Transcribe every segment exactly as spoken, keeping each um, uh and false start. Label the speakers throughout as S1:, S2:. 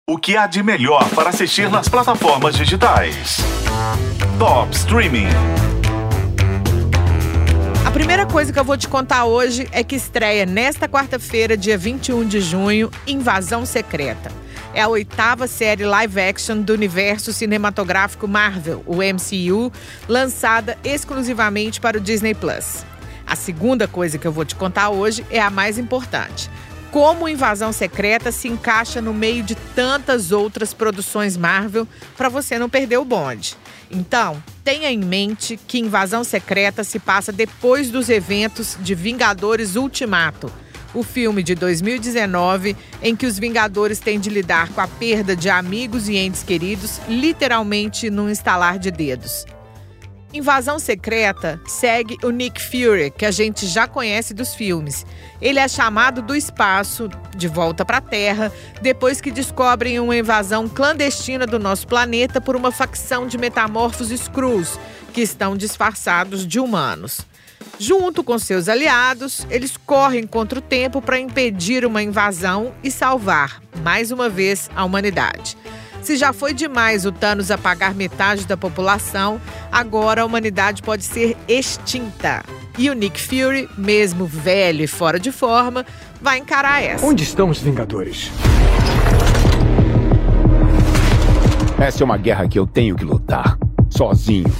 S1: O que há de melhor para assistir nas plataformas digitais? Top Streaming.
S2: A primeira coisa que eu vou te contar hoje é que estreia nesta quarta-feira, dia vinte e um de junho, Invasão Secreta. É a oitava série live action do universo cinematográfico Marvel, o M C U, lançada exclusivamente para o Disney Plus. A segunda coisa que eu vou te contar hoje é a mais importante. Como Invasão Secreta se encaixa no meio de tantas outras produções Marvel para você não perder o bonde. Então, tenha em mente que Invasão Secreta se passa depois dos eventos de Vingadores Ultimato, o filme de dois mil e dezenove em que os Vingadores têm de lidar com a perda de amigos e entes queridos, literalmente num estalar de dedos. Invasão Secreta segue o Nick Fury, que a gente já conhece dos filmes. Ele é chamado do espaço, de volta para a Terra, depois que descobrem uma invasão clandestina do nosso planeta por uma facção de metamorfos Skrulls, que estão disfarçados de humanos. Junto com seus aliados, eles correm contra o tempo para impedir uma invasão e salvar, mais uma vez, a humanidade. Se já foi demais o Thanos apagar metade da população, agora a humanidade pode ser extinta. E o Nick Fury, mesmo velho e fora de forma, vai encarar essa.
S3: Onde estão os Vingadores?
S4: Essa é uma guerra que eu tenho que lutar, sozinho.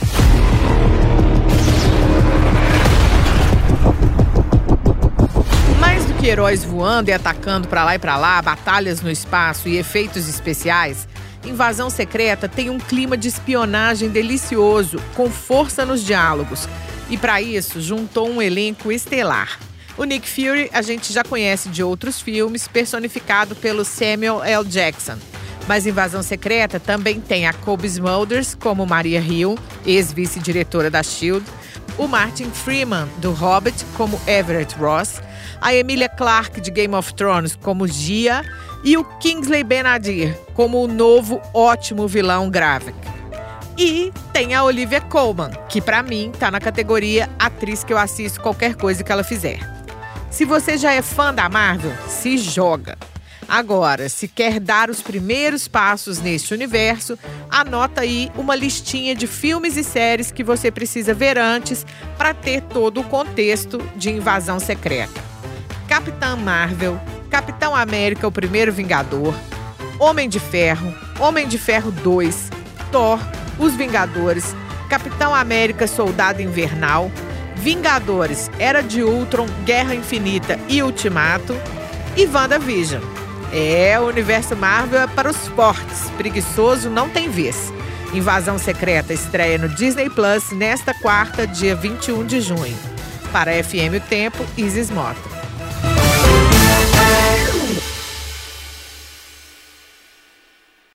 S2: Mais do que heróis voando e atacando pra lá e pra lá, batalhas no espaço e efeitos especiais, Invasão Secreta tem um clima de espionagem delicioso, com força nos diálogos. E para isso, juntou um elenco estelar. O Nick Fury a gente já conhece de outros filmes, personificado pelo Samuel L. Jackson. Mas Invasão Secreta também tem a Cobie Smulders como Maria Hill, ex-vice-diretora da SHIELD, o Martin Freeman, do Hobbit, como Everett Ross, a Emilia Clarke, de Game of Thrones, como Gia, e o Kingsley Ben-Adir, como o novo ótimo vilão Gravik. E tem a Olivia Colman, que pra mim tá na categoria atriz que eu assisto qualquer coisa que ela fizer. Se você já é fã da Marvel, se joga. Agora, se quer dar os primeiros passos neste universo, anota aí uma listinha de filmes e séries que você precisa ver antes para ter todo o contexto de Invasão Secreta. Capitã Marvel, Capitão América, o Primeiro Vingador, Homem de Ferro, Homem de Ferro dois, Thor, Os Vingadores, Capitão América, Soldado Invernal, Vingadores, Era de Ultron, Guerra Infinita e Ultimato e WandaVision. É, o universo Marvel é para os fortes, preguiçoso não tem vez. Invasão Secreta estreia no Disney Plus nesta quarta, dia vinte e um de junho. Para a F M O Tempo, Isis Mota.